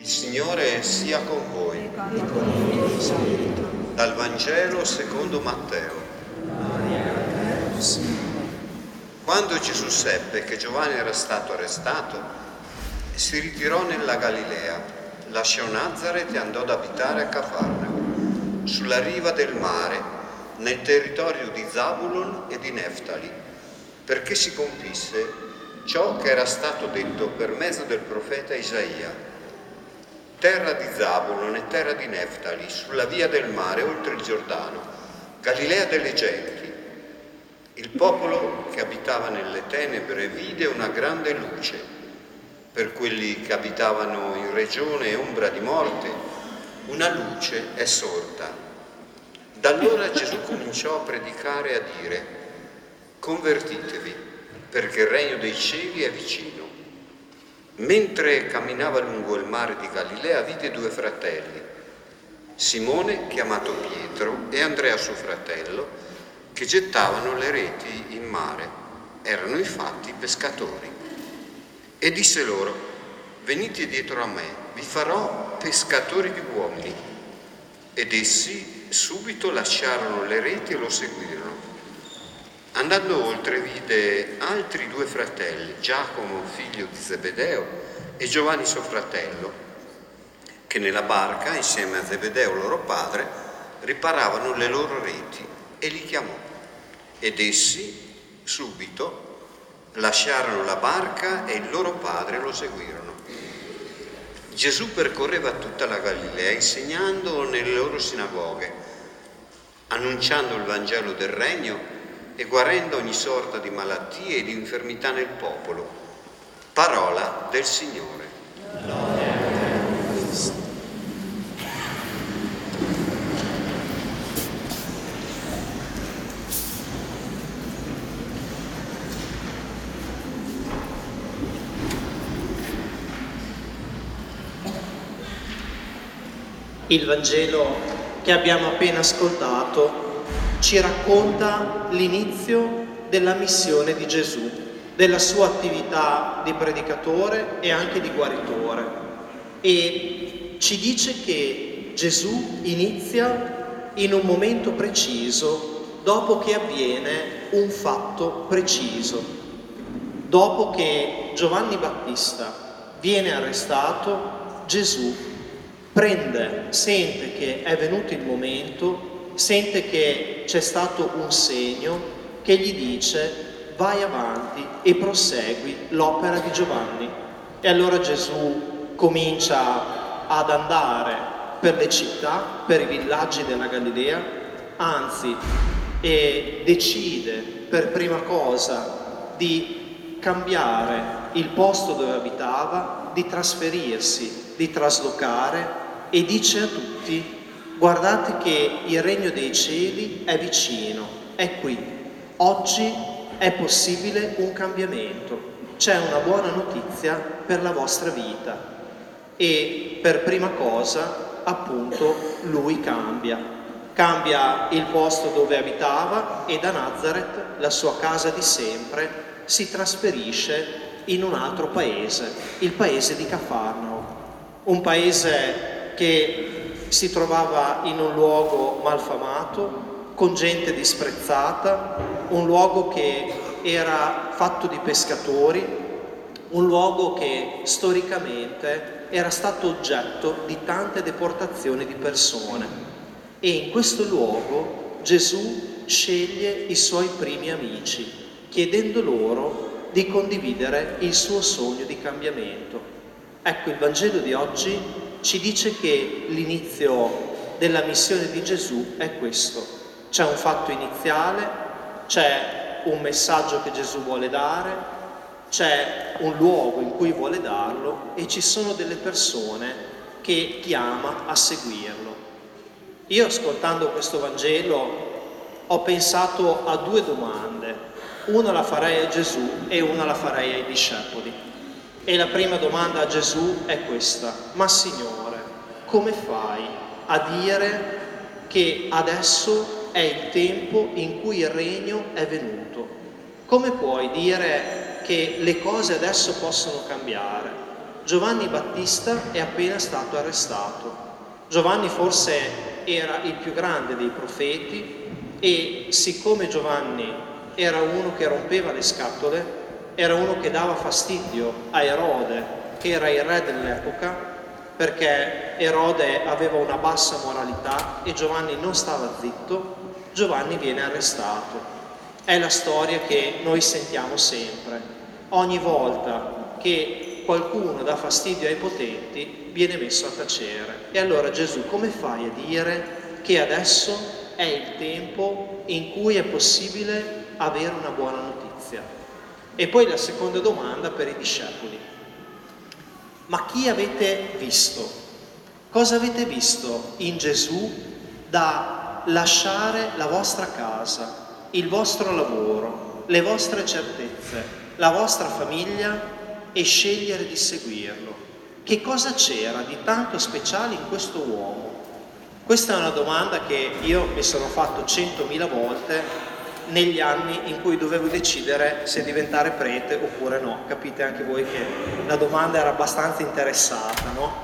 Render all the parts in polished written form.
Il Signore sia con voi. E con il tuo spirito. Dal Vangelo secondo Matteo. Gloria a te, Signore. Quando Gesù seppe che Giovanni era stato arrestato, si ritirò nella Galilea, lasciò Nazaret e andò ad abitare a Cafarnao, sulla riva del mare, nel territorio di Zabulon e di Neftali, perché si compisse ciò che era stato detto per mezzo del profeta Isaia. Terra di Zabulon e terra di Neftali, sulla via del mare oltre il Giordano, Galilea delle genti. Il popolo che abitava nelle tenebre vide una grande luce. Per quelli che abitavano in regione ombra di morte, una luce è sorta. Da allora Gesù cominciò a predicare e a dire: convertitevi, perché il regno dei cieli è vicino. Mentre camminava lungo il mare di Galilea vide due fratelli, Simone, chiamato Pietro, e Andrea suo fratello, che gettavano le reti in mare. Erano infatti pescatori. E disse loro: venite dietro a me, vi farò pescatori di uomini. Ed essi subito lasciarono le reti e lo seguirono. Andando oltre vide altri due fratelli, Giacomo figlio di Zebedeo e Giovanni suo fratello, che nella barca insieme a Zebedeo loro padre riparavano le loro reti, e li chiamò. Ed essi subito lasciarono la barca e il loro padre lo seguirono. Gesù percorreva tutta la Galilea insegnando nelle loro sinagoghe, annunciando il Vangelo del Regno e guarendo ogni sorta di malattie e di infermità nel popolo. Parola del Signore. Gloria a te, Cristo. Il Vangelo che abbiamo appena ascoltato ci racconta l'inizio della missione di Gesù, della sua attività di predicatore e anche di guaritore, e ci dice che Gesù inizia in un momento preciso, dopo che avviene un fatto preciso. Dopo che Giovanni Battista viene arrestato, Gesù sente che è venuto il momento, sente che c'è stato un segno che gli dice: vai avanti e prosegui l'opera di Giovanni. E allora Gesù comincia ad andare per le città, per i villaggi della Galilea, anzi, e decide per prima cosa di cambiare il posto dove abitava, di trasferirsi, di traslocare, e dice a tutti: guardate che il regno dei cieli è vicino, è qui. Oggi è possibile un cambiamento, c'è una buona notizia per la vostra vita. E per prima cosa, appunto, lui cambia il posto dove abitava e da Nazaret, la sua casa di sempre, si trasferisce in un altro paese, il paese di Cafarnao, un paese che si trovava in un luogo malfamato, con gente disprezzata, un luogo che era fatto di pescatori, un luogo che storicamente era stato oggetto di tante deportazioni di persone. E in questo luogo Gesù sceglie i suoi primi amici, chiedendo loro di condividere il suo sogno di cambiamento. Ecco, il Vangelo di oggi ci dice che l'inizio della missione di Gesù è questo. C'è un fatto iniziale, c'è un messaggio che Gesù vuole dare, c'è un luogo in cui vuole darlo e ci sono delle persone che chiama a seguirlo. Io, ascoltando questo Vangelo, ho pensato a due domande. Una la farei a Gesù e una la farei ai discepoli. E la prima domanda a Gesù è questa: ma Signore, come fai a dire che adesso è il tempo in cui il regno è venuto? Come puoi dire che le cose adesso possono cambiare? Giovanni Battista è appena stato arrestato. Giovanni forse era il più grande dei profeti e siccome Giovanni era uno che rompeva le scatole, era uno che dava fastidio a Erode, che era il re dell'epoca, perché Erode aveva una bassa moralità e Giovanni non stava zitto, Giovanni viene arrestato. È la storia che noi sentiamo sempre. Ogni volta che qualcuno dà fastidio ai potenti, viene messo a tacere. E allora Gesù come fai a dire che adesso è il tempo in cui è possibile avere una buona notizia? E poi la seconda domanda per i discepoli. Ma chi avete visto? Cosa avete visto in Gesù da lasciare la vostra casa, il vostro lavoro, le vostre certezze, la vostra famiglia e scegliere di seguirlo? Che cosa c'era di tanto speciale in questo uomo? Questa è una domanda che io mi sono fatto 100.000 volte negli anni in cui dovevo decidere se diventare prete oppure no. Capite anche voi che la domanda era abbastanza interessata, no?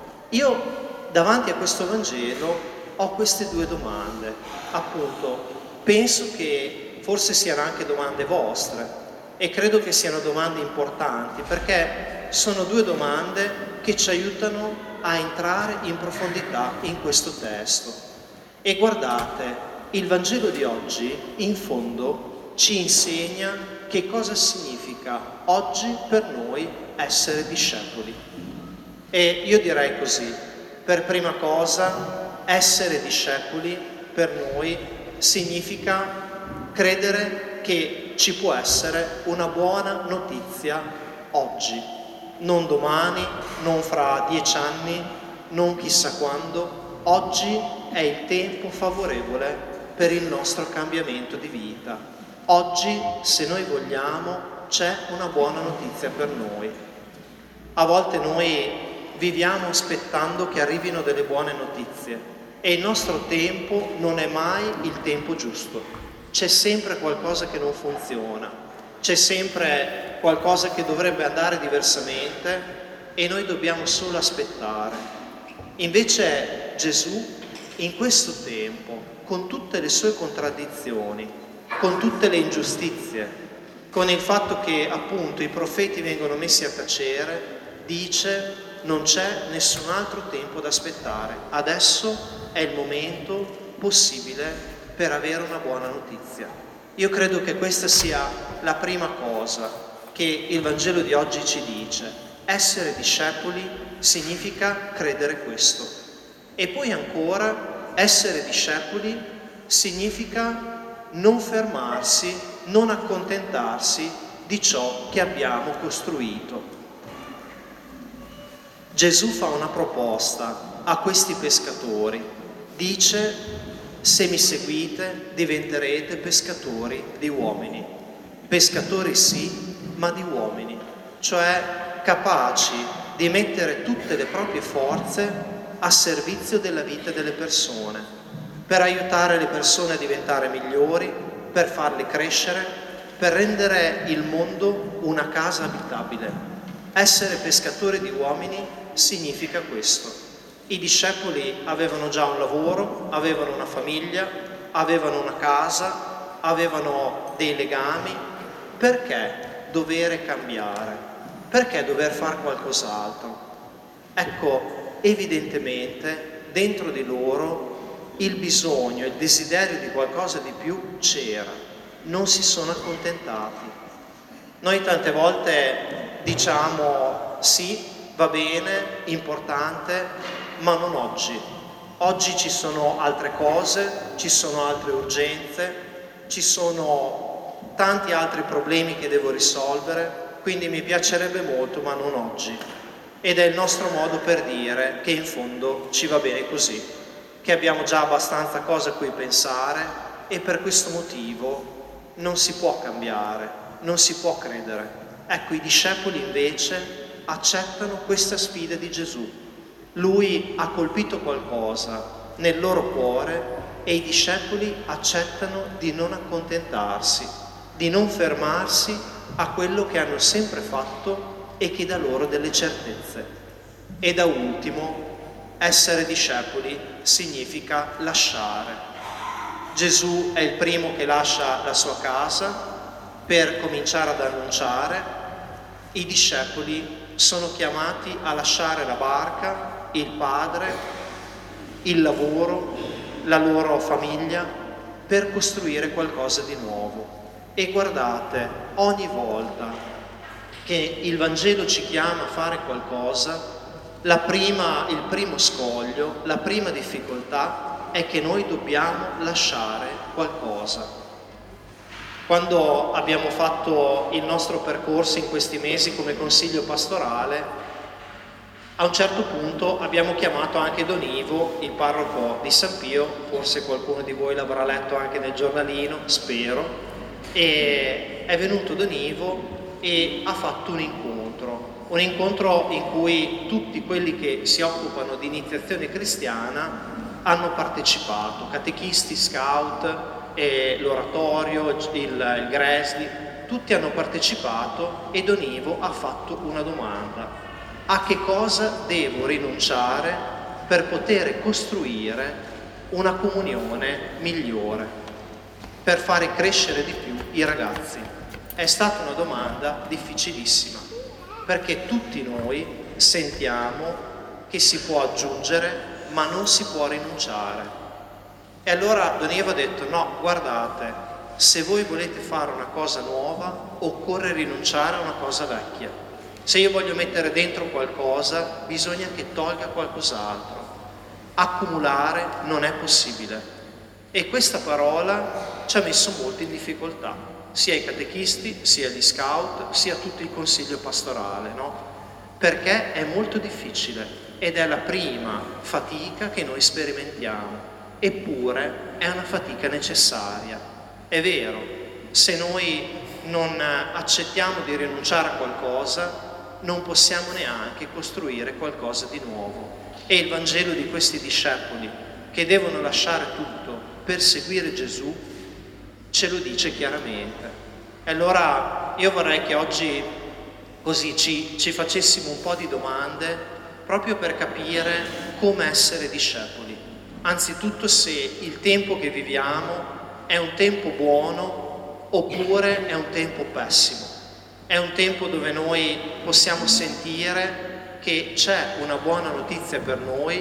Io davanti a questo Vangelo ho queste due domande. Appunto, penso che forse siano anche domande vostre e credo che siano domande importanti perché sono due domande che ci aiutano a entrare in profondità in questo testo. E guardate, il Vangelo di oggi, in fondo, ci insegna che cosa significa oggi per noi essere discepoli. E io direi così, per prima cosa, essere discepoli per noi significa credere che ci può essere una buona notizia oggi, non domani, non fra 10 anni, non chissà quando. Oggi è il tempo favorevole per il nostro cambiamento di vita. Oggi, se noi vogliamo, c'è una buona notizia per noi. A volte noi viviamo aspettando che arrivino delle buone notizie e il nostro tempo non è mai il tempo giusto. C'è sempre qualcosa che non funziona, c'è sempre qualcosa che dovrebbe andare diversamente e noi dobbiamo solo aspettare. Invece Gesù, in questo tempo, con tutte le sue contraddizioni, con tutte le ingiustizie, con il fatto che appunto i profeti vengono messi a tacere, dice: non c'è nessun altro tempo da aspettare, adesso è il momento possibile per avere una buona notizia. Io credo che questa sia la prima cosa che il Vangelo di oggi ci dice. Essere discepoli significa credere questo. E poi ancora, essere discepoli significa non fermarsi, non accontentarsi di ciò che abbiamo costruito. Gesù fa una proposta a questi pescatori, dice: se mi seguite diventerete pescatori di uomini. Pescatori sì, ma di uomini, cioè capaci di mettere tutte le proprie forze a servizio della vita delle persone, per aiutare le persone a diventare migliori, per farle crescere, per rendere il mondo una casa abitabile. Essere pescatori di uomini significa questo. I discepoli avevano già un lavoro, avevano una famiglia, avevano una casa, avevano dei legami. Perché dover cambiare? Perché dover fare qualcos'altro? Ecco, evidentemente dentro di loro il bisogno, il desiderio di qualcosa di più c'era, non si sono accontentati. Noi tante volte diciamo sì, va bene, importante, ma non oggi. Oggi ci sono altre cose, ci sono altre urgenze, ci sono tanti altri problemi che devo risolvere, quindi mi piacerebbe molto, ma non oggi. Ed è il nostro modo per dire che in fondo ci va bene così, che abbiamo già abbastanza cose a cui pensare e per questo motivo non si può cambiare, non si può credere. Ecco, i discepoli invece accettano questa sfida di Gesù. Lui ha colpito qualcosa nel loro cuore e i discepoli accettano di non accontentarsi, di non fermarsi a quello che hanno sempre fatto e che dà loro delle certezze. E da ultimo, essere discepoli significa lasciare. Gesù è il primo che lascia la sua casa per cominciare ad annunciare. I discepoli sono chiamati a lasciare la barca, il padre, il lavoro, la loro famiglia per costruire qualcosa di nuovo. E guardate, ogni volta che il Vangelo ci chiama a fare qualcosa, il primo scoglio, la prima difficoltà è che noi dobbiamo lasciare qualcosa. Quando abbiamo fatto il nostro percorso in questi mesi come consiglio pastorale, a un certo punto abbiamo chiamato anche Don Ivo, il parroco di San Pio, forse qualcuno di voi l'avrà letto anche nel giornalino, spero, e è venuto Don Ivo e ha fatto un incontro in cui tutti quelli che si occupano di iniziazione cristiana hanno partecipato, catechisti, scout, l'oratorio, il Gresli, tutti hanno partecipato e Don Ivo ha fatto una domanda: a che cosa devo rinunciare per poter costruire una comunione migliore, per fare crescere di più i ragazzi? È stata una domanda difficilissima, perché tutti noi sentiamo che si può aggiungere ma non si può rinunciare. E allora Don Ivo ha detto: no, guardate, se voi volete fare una cosa nuova occorre rinunciare a una cosa vecchia. Se io voglio mettere dentro qualcosa bisogna che tolga qualcos'altro. Accumulare non è possibile. E questa parola ci ha messo molto in difficoltà, sia i catechisti, sia gli scout, sia tutto il consiglio pastorale, no? Perché è molto difficile ed è la prima fatica che noi sperimentiamo, eppure è una fatica necessaria. È vero, se noi non accettiamo di rinunciare a qualcosa, non possiamo neanche costruire qualcosa di nuovo. E il Vangelo di questi discepoli che devono lasciare tutto per seguire Gesù ce lo dice chiaramente. E allora io vorrei che oggi così ci facessimo un po' di domande proprio per capire come essere discepoli. Anzitutto, se il tempo che viviamo è un tempo buono oppure è un tempo pessimo. È un tempo dove noi possiamo sentire che c'è una buona notizia per noi,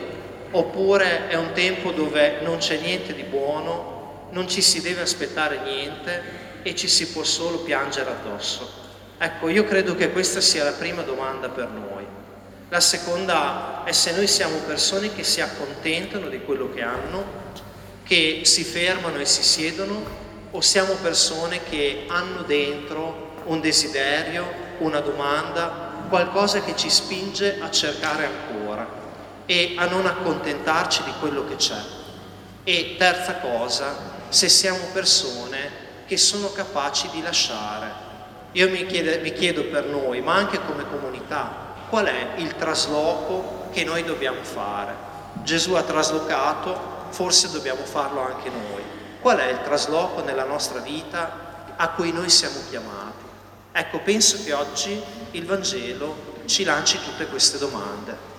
oppure è un tempo dove non c'è niente di buono, non ci si deve aspettare niente e ci si può solo piangere addosso. Ecco, io credo che questa sia la prima domanda per noi. La seconda è se noi siamo persone che si accontentano di quello che hanno, che si fermano e si siedono, o siamo persone che hanno dentro un desiderio, una domanda, qualcosa che ci spinge a cercare ancora e a non accontentarci di quello che c'è. E terza cosa, se siamo persone che sono capaci di lasciare. Io mi chiedo per noi, ma anche come comunità, qual è il trasloco che noi dobbiamo fare? Gesù ha traslocato, forse dobbiamo farlo anche noi. Qual è il trasloco nella nostra vita a cui noi siamo chiamati? Ecco, penso che oggi il Vangelo ci lanci tutte queste domande.